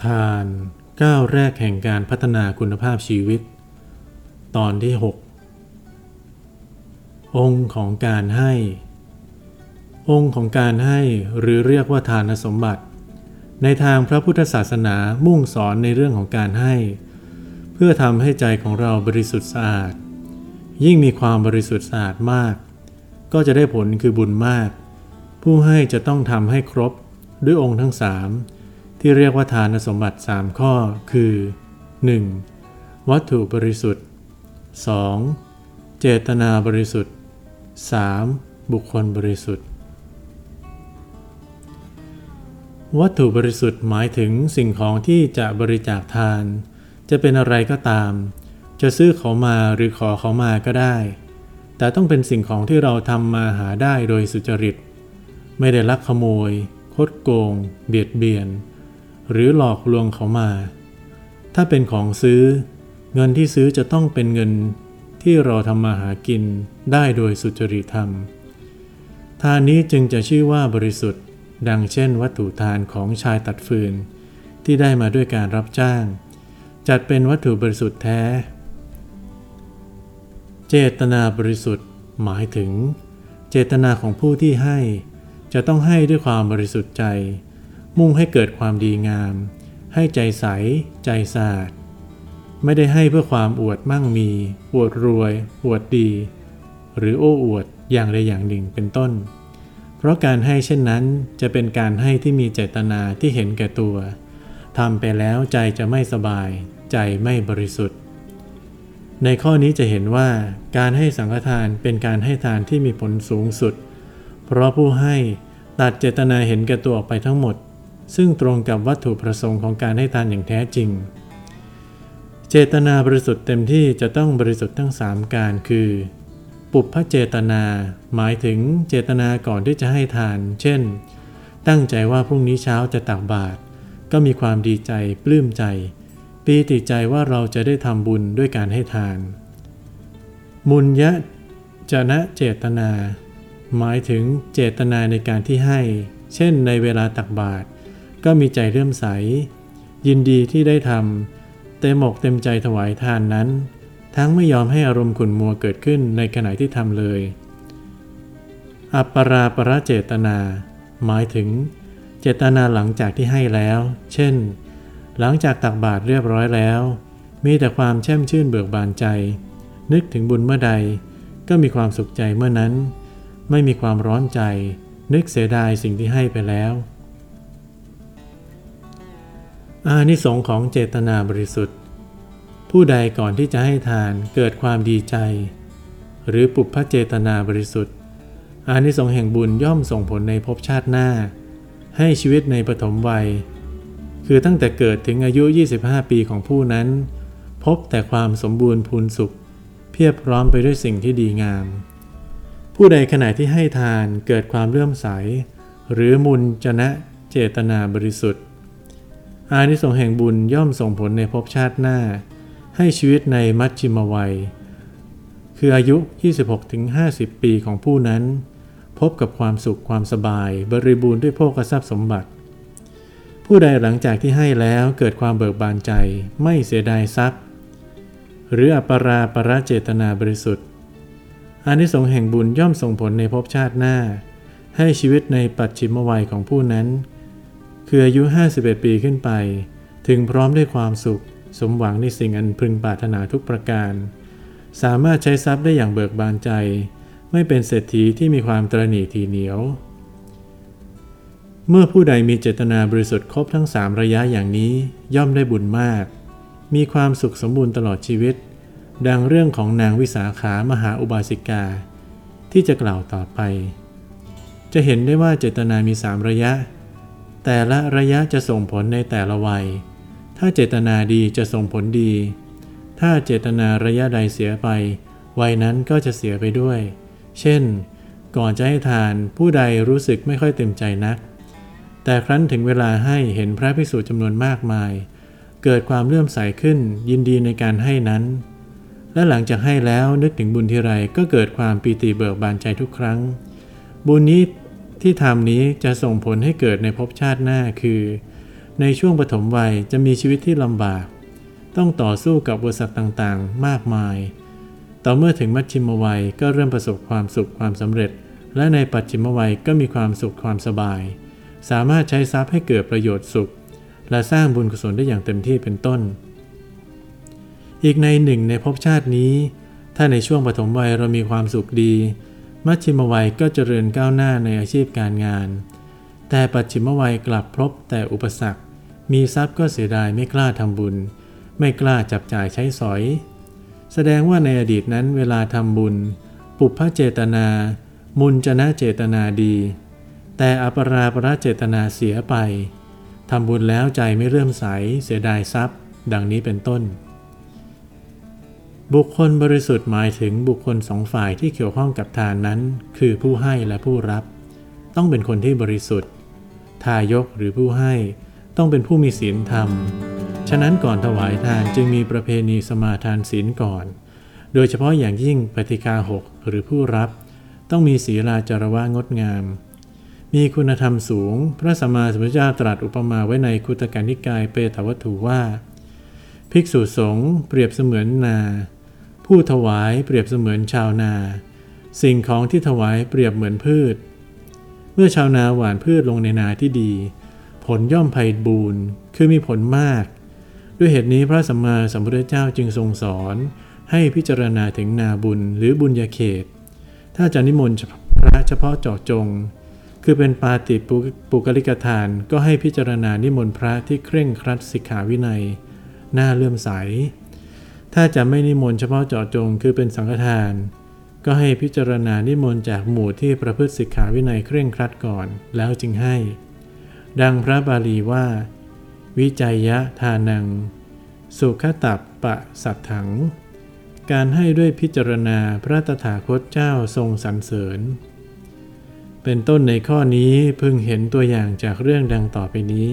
ทานก้าวแรกแห่งการพัฒนาคุณภาพชีวิตตอนที่ 6 องค์ของการให้องค์ของการให้หรือเรียกว่าทานสมบัติในทางพระพุทธศาสนามุ่งสอนในเรื่องของการให้เพื่อทำให้ใจของเราบริสุทธิ์สะอาดยิ่งมีความบริสุทธิ์สะอาดมากก็จะได้ผลคือบุญมากผู้ให้จะต้องทำให้ครบด้วยองค์ทั้ง3ที่เรียกว่าทานสมบัติ3ข้อคือ 1. วัตถุบริสุทธิ์ 2. เจตนาบริสุทธิ์ 3. บุคคลบริสุทธิ์วัตถุบริสุทธิ์หมายถึงสิ่งของที่จะบริจาคทานจะเป็นอะไรก็ตามจะซื้อเขามาหรือขอเขามาก็ได้แต่ต้องเป็นสิ่งของที่เราทำมาหาได้โดยสุจริตไม่ได้ลักขโมยคดโกงเบียดเบียนหรือหลอกลวงเขามาถ้าเป็นของซื้อเงินที่ซื้อจะต้องเป็นเงินที่เราทำมาหากินได้โดยสุจริตธรรมทานนี้จึงจะชื่อว่าบริสุทธิ์ดังเช่นวัตถุทานของชายตัดฟืนที่ได้มาด้วยการรับจ้างจัดเป็นวัตถุบริสุทธิ์แท้เจตนาบริสุทธิ์หมายถึงเจตนาของผู้ที่ให้จะต้องให้ด้วยความบริสุทธิ์ใจมุ่งให้เกิดความดีงามให้ใจใสใจสะอาดไม่ได้ให้เพื่อความอวดมั่งมีอวดรวยอวดดีหรือโอ้อวดอย่างใดอย่างหนึ่งเป็นต้นเพราะการให้เช่นนั้นจะเป็นการให้ที่มีเจตนาที่เห็นแก่ตัวทำไปแล้วใจจะไม่สบายใจไม่บริสุทธิ์ในข้อนี้จะเห็นว่าการให้สังฆทานเป็นการให้ทานที่มีผลสูงสุดเพราะผู้ให้ตัดเจตนาเห็นแก่ตัวออกไปทั้งหมดซึ่งตรงกับวัตถุประสงค์ของการให้ทานอย่างแท้จริงเจตนาบริสุทธิ์เต็มที่จะต้องบริสุทธิ์ทั้ง3การคือปุพพเจตนาหมายถึงเจตนาก่อนที่จะให้ทานเช่นตั้งใจว่าพรุ่งนี้เช้าจะตักบาตรก็มีความดีใจปลื้มใจปีติใจว่าเราจะได้ทำบุญด้วยการให้ทานมุญญะจนะเจตนาหมายถึงเจตนาในการที่ให้เช่นในเวลาตักบาตรก็มีใจเลื่อมใสยินดีที่ได้ทำเต็มอกเต็มใจถวายทานนั้นทั้งไม่ยอมให้อารมณ์ขุ่นมัวเกิดขึ้นในขณะที่ทำเลยอัปปราปรเจตนาหมายถึงเจตนาหลังจากที่ให้แล้วเช่นหลังจากตักบาตรเรียบร้อยแล้วมีแต่ความแช่มชื่นเบิกบานใจนึกถึงบุญเมื่อใดก็มีความสุขใจเมื่อนั้นไม่มีความร้อนใจนึกเสียดายสิ่งที่ให้ไปแล้วอานิสงส์ของเจตนาบริสุทธิ์ผู้ใดก่อนที่จะให้ทานเกิดความดีใจหรือปุพพเจตนาบริสุทธิ์อานิสงส์แห่งบุญย่อมส่งผลในภพชาติหน้าให้ชีวิตในปฐมวัยคือตั้งแต่เกิดถึงอายุ25ปีของผู้นั้นพบแต่ความสมบูรณ์พูนสุขเพียบพร้อมไปด้วยสิ่งที่ดีงามผู้ใดขณะที่ให้ทานเกิดความเลื่อมใสหรือมุญจนะเจตนาบริสุทธิ์อานิสงส์แห่งบุญย่อมส่งผลในภพชาติหน้าให้ชีวิตในมัชฌิมวัยคืออายุ 26-50 ปีของผู้นั้นพบกับความสุขความสบายบริบูรณ์ด้วยโภคทรัพย์สมบัติผู้ใดหลังจากที่ให้แล้วเกิดความเบิกบานใจไม่เสียดายทรัพย์หรืออัปปราปรเจตนาบริสุทธิ์อานิสงส์แห่งบุญย่อมส่งผลในภพชาติหน้าให้ชีวิตในปัจฉิมวัยของผู้นั้นคืออายุ51ปีขึ้นไปถึงพร้อมด้วยความสุขสมหวังในสิ่งอันพึงปรารถนาทุกประการสามารถใช้ทรัพย์ได้อย่างเบิกบานใจไม่เป็นเศรษฐีที่มีความตระหนี่ทีเหนียวเมื่อผู้ใดมีเจตนาบริสุทธิ์ครบทั้ง3ระยะอย่างนี้ย่อมได้บุญมากมีความสุขสมบูรณ์ตลอดชีวิตดังเรื่องของนางวิสาขามหาอุบาสิกาที่จะกล่าวต่อไปจะเห็นได้ว่าเจตนามี3ระยะแต่ละระยะจะส่งผลในแต่ละวัยถ้าเจตนาดีจะส่งผลดีถ้าเจตนาระยะใดเสียไปวัยนั้นก็จะเสียไปด้วยเช่นก่อนจะให้ทานผู้ใดรู้สึกไม่ค่อยเต็มใจนักแต่ครั้นถึงเวลาให้เห็นพระภิกษุจำนวนมากมายเกิดความเลื่อมใสขึ้นยินดีในการให้นั้นและหลังจากให้แล้วนึกถึงบุญทีไรก็เกิดความปีติเบิกบานใจทุกครั้งบุญนี้ที่ทำนี้จะส่งผลให้เกิดในภพชาติหน้าคือในช่วงปฐมวัยจะมีชีวิตที่ลำบากต้องต่อสู้กับอุปสรรคต่างๆมากมายต่อเมื่อถึงมัชชิมวัยก็เริ่มประสบความสุขความสำเร็จและในปัจฉิมวัยก็มีความสุขความสบายสามารถใช้ทรัพย์ให้เกิดประโยชน์สุขและสร้างบุญกุศลได้อย่างเต็มที่เป็นต้นอีกในหนึ่งในภพชาตินี้ถ้าในช่วงปฐมวัยเรามีความสุขดีมัชชิมวัยก็เจริญก้าวหน้าในอาชีพการงานแต่ปัจฉิมวัยกลับพบแต่อุปสรรคมีทรัพย์ก็เสียดายไม่กล้าทำบุญไม่กล้าจับจ่ายใช้สอยแสดงว่าในอดีตนั้นเวลาทำบุญปุพพเจตนามุญจนะเจตนาดีแต่อปราปรเจตนาเสียไปทำบุญแล้วใจไม่เลื่อมใสเสียดายทรัพย์ดังนี้เป็นต้นบุคคลบริสุทธิ์หมายถึงบุคคลสองฝ่ายที่เกี่ยวข้องกับทานนั้นคือผู้ให้และผู้รับต้องเป็นคนที่บริสุทธิ์ทายกหรือผู้ให้ต้องเป็นผู้มีศีลธรรมฉะนั้นก่อนถวายทานจึงมีประเพณีสมาทานศีลก่อนโดยเฉพาะอย่างยิ่งปฏิฆาหกหรือผู้รับต้องมีศีลาจารวะงดงามมีคุณธรรมสูงพระสัมมาสัมพุทธเจ้าตรัสอุปมาไว้ในคุตกนิกายเปตวัตถุว่าภิกษุสงฆ์เปรียบเสมือนนาผู้ถวายเปรียบเสมือนชาวนาสิ่งของที่ถวายเปรียบเหมือนพืชเมื่อชาวนาหว่านพืชลงในนาที่ดีผลย่อมไพบูรณ์คือมีผลมากด้วยเหตุนี้พระสัมมาสัมพุทธเจ้าจึงทรงสอนให้พิจารณาถึงนาบุญหรือบุญญาเขตถ้าจะนิมนต์พระเฉพาะเจาะจงคือเป็นปาติปุกลิกทานก็ให้พิจารณานิมนต์พระที่เคร่งครัดสิกขาวินัยน่าเลื่อมใสถ้าจะไม่นิมนต์เฉพาะเจาะจงคือเป็นสังฆทานก็ให้พิจารณานิมนต์จากหมู่ที่ประพฤติสิกขาวินัยเคร่งครัดก่อนแล้วจึงให้ดังพระบาลีว่าวิจัยยะทานังสุขตัปปะสัตถังการให้ด้วยพิจารณาพระตถาคตเจ้าทรงสรรเสริญเป็นต้นในข้อนี้พึงเห็นตัวอย่างจากเรื่องดังต่อไปนี้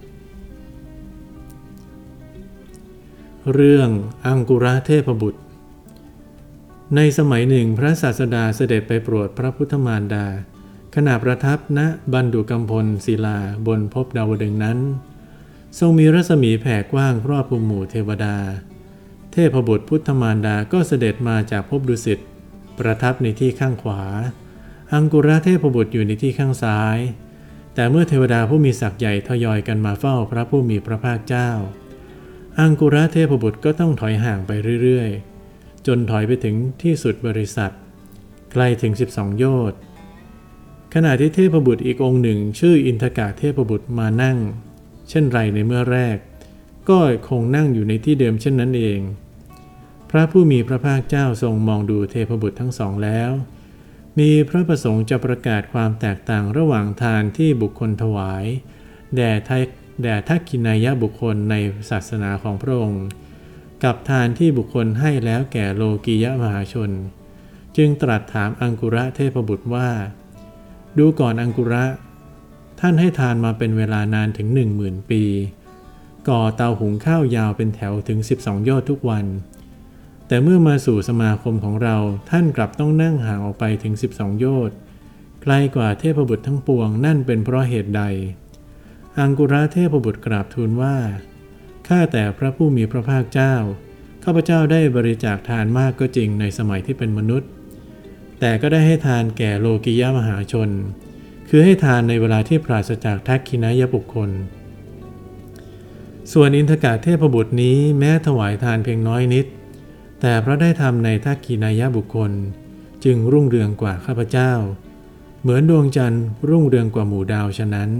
เรื่องอังกุระเทพบุตรในสมัยหนึ่งพระศาสดาเสด็จไปโปรดพระพุทธมารดาขณะประทับณบันดุกัมพลศิลาบนภพดาวดึงส์นั้นทรงมีรัศมีแผ่กว้างครอบคลุมหมู่เทวดาเทพบุตรพุทธมารดาก็เสด็จมาจากภพดุสิตประทับในที่ข้างขวาอังกุระเทพบุตรอยู่ในที่ข้างซ้ายแต่เมื่อเทวดาผู้มีศักย์ใหญ่ทยอยกันมาเฝ้าพระผู้มีพระภาคเจ้าอังกุระเทพบุตรก็ต้องถอยห่างไปเรื่อยๆจนถอยไปถึงที่สุดบริษัทไกลถึง12โยชน์ขณะที่เทพบุตรอีกองค์หนึ่งชื่ออินทกะเทพบุตรมานั่งเช่นไรในเมื่อแรกก็คงนั่งอยู่ในที่เดิมเช่นนั้นเองพระผู้มีพระภาคเจ้าทรงมองดูเทพบุตรทั้งสองแล้วมีพระประสงค์จะประกาศความแตกต่างระหว่างทานที่บุคคลถวายแด่ทักขินายบุคคลในศาสนาของพระองค์กับทานที่บุคคลให้แล้วแก่โลกียมหาชนจึงตรัสถามอังกุระเทพบุตรว่าดูก่อนอังกุระท่านให้ทานมาเป็นเวลานานถึง 10,000 ปีก่อเตาหุงข้าวยาวเป็นแถวถึง12โยชน์ทุกวันแต่เมื่อมาสู่สมาคมของเราท่านกลับต้องนั่งห่างออกไปถึง12โยชน์ไกลกว่าเทพบุตรทั้งปวงนั่นเป็นเพราะเหตุใดอังกุระเทพบุตรกราบทูลว่าข้าแต่พระผู้มีพระภาคเจ้าข้าพเจ้าได้บริจาคทานมากก็จริงในสมัยที่เป็นมนุษย์แต่ก็ได้ให้ทานแก่โลกิยมหาชนคือให้ทานในเวลาที่ปราศจากทักขินายบุคคลส่วนอินทกะเทพบุตรนี้แม้ถวายทานเพียงน้อยนิดแต่เพราะได้ทำในทักขินายบุคคลจึงรุ่งเรืองกว่าข้าพเจ้าเหมือนดวงจันทร์รุ่งเรืองกว่าหมู่ดาวฉะนั้น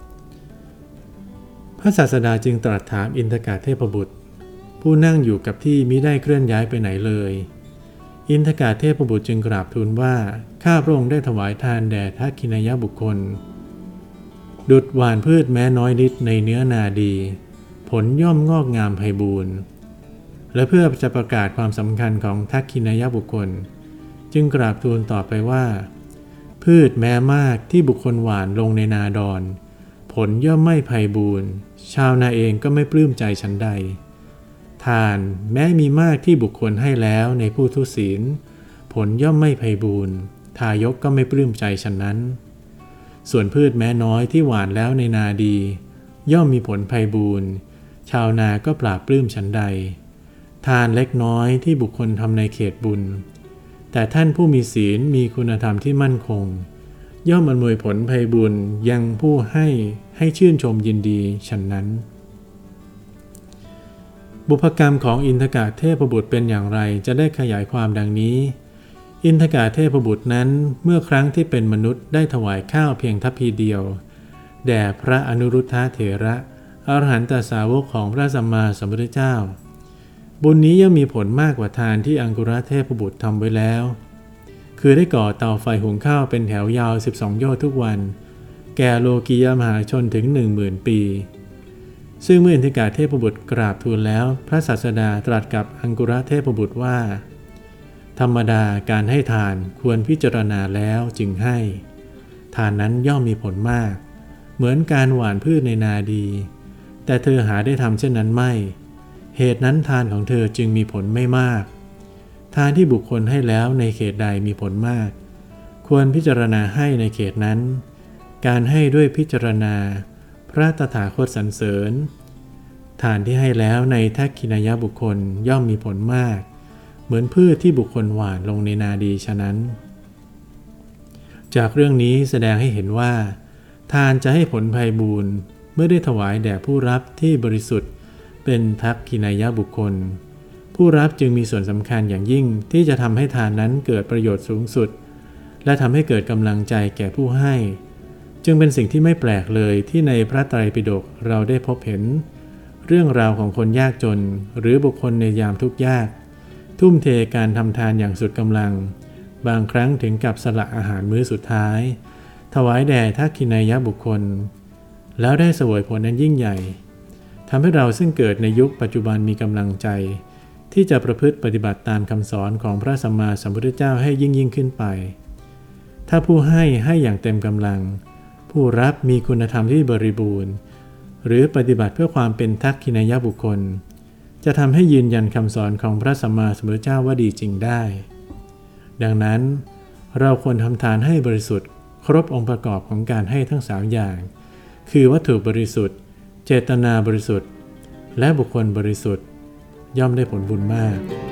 พระศาสดาจึงตรัสถามอินทกะเทพบุตรผู้นั่งอยู่กับที่มิได้เคลื่อนย้ายไปไหนเลยอินทกะเทพบุตรจึงกราบทูลว่าข้าพระองค์ได้ถวายทานแด่ทักขินายบุคคลดุจหว่านพืชแม้น้อยนิดในเนื้อนาดีผลย่อมงอกงามไพบูรณ์และเพื่อจะประกาศความสำคัญของทักขินายบุคคลจึงกราบทูลต่อไปว่าพืชแม้มากที่บุคคลหว่านลงในนาดอนผลย่อมไม่ไพบูรณ์ชาวนาเองก็ไม่ปลื้มใจฉันใดทานแม้มีมากที่บุคคลให้แล้วในผู้ทุศีลผลย่อมไม่ไพบูรณ์ทายกก็ไม่ปลื้มใจฉันนั้นส่วนพืชแม้น้อยที่หว่านแล้วในนาดีย่อมมีผลไพบูลย์ชาวนาก็ปราบปลื้มฉันใดทานเล็กน้อยที่บุคคลทำในเขตบุญแต่ท่านผู้มีศีลมีคุณธรรมที่มั่นคงย่อมอำนวยผลไพบูลย์ยังผู้ให้ชื่นชมยินดีฉันนั้นบุพกรรมของอินทกะเทพบุตรเป็นอย่างไรจะได้ขยายความดังนี้อินทกะเทพบุตรนั้นเมื่อครั้งที่เป็นมนุษย์ได้ถวายข้าวเพียงทัพพีเดียวแด่พระอนุรุทธะเถระอรหันตสาวกของพระสัมมาสัมพุทธเจ้าบุญนี้ย่อมมีผลมากกว่าทานที่อังคุระเทพบุตรทำไว้แล้วคือได้ก่อเตาไฟหุงข้าวเป็นแถวยาว12โยชน์ทุกวันแก่โลกียมหาชนถึง 10,000 ปีซึ่งเมื่ออินทกะเทพบุตรกราบทูลแล้วพระศาสดาตรัสกับอังคุระเทพบุตรว่าธรรมดาการให้ทานควรพิจารณาแล้วจึงให้ทานนั้นย่อมมีผลมากเหมือนการหว่านพืชในนาดีแต่เธอหาได้ทำเช่นนั้นไม่เหตุนั้นทานของเธอจึงมีผลไม่มากทานที่บุคคลให้แล้วในเขตใดมีผลมากควรพิจารณาให้ในเขตนั้นการให้ด้วยพิจารณาพระตถาคตสรรเสริญทานที่ให้แล้วในทักขิณายบุคคลย่อมมีผลมากเหมือนพืชที่บุคคลหว่านลงในนาดีฉะนั้นจากเรื่องนี้แสดงให้เห็นว่าทานจะให้ผลไพบูลย์เมื่อได้ถวายแด่ผู้รับที่บริสุทธิ์เป็นทักขิณายบุคคลผู้รับจึงมีส่วนสำคัญอย่างยิ่งที่จะทำให้ทานนั้นเกิดประโยชน์สูงสุดและทำให้เกิดกำลังใจแก่ผู้ให้จึงเป็นสิ่งที่ไม่แปลกเลยที่ในพระไตรปิฎกเราได้พบเห็นเรื่องราวของคนยากจนหรือบุคคลในยามทุกข์ยากทุ่มเทการทำทานอย่างสุดกำลังบางครั้งถึงกับสละอาหารมื้อสุดท้ายถวายแด่ทักขิณายบุคคลแล้วได้เสวยผลนั้นยิ่งใหญ่ทำให้เราซึ่งเกิดในยุคปัจจุบันมีกำลังใจที่จะประพฤติปฏิบัติตามคำสอนของพระสัมมาสัมพุทธเจ้าให้ยิ่งขึ้นไปถ้าผู้ให้อย่างเต็มกำลังผู้รับมีคุณธรรมที่บริบูรณ์หรือปฏิบัติเพื่อความเป็นทักขิณายบุคคลจะทำให้ยืนยันคำสอนของพระสัมมาสัมพุทธเจ้าว่าดีจริงได้ดังนั้นเราควรทำทานให้บริสุทธิ์ครบองค์ประกอบของการให้ทั้ง3อย่างคือวัตถุบริสุทธิ์เจตนาบริสุทธิ์และบุคคลบริสุทธิ์ย่อมได้ผลบุญมาก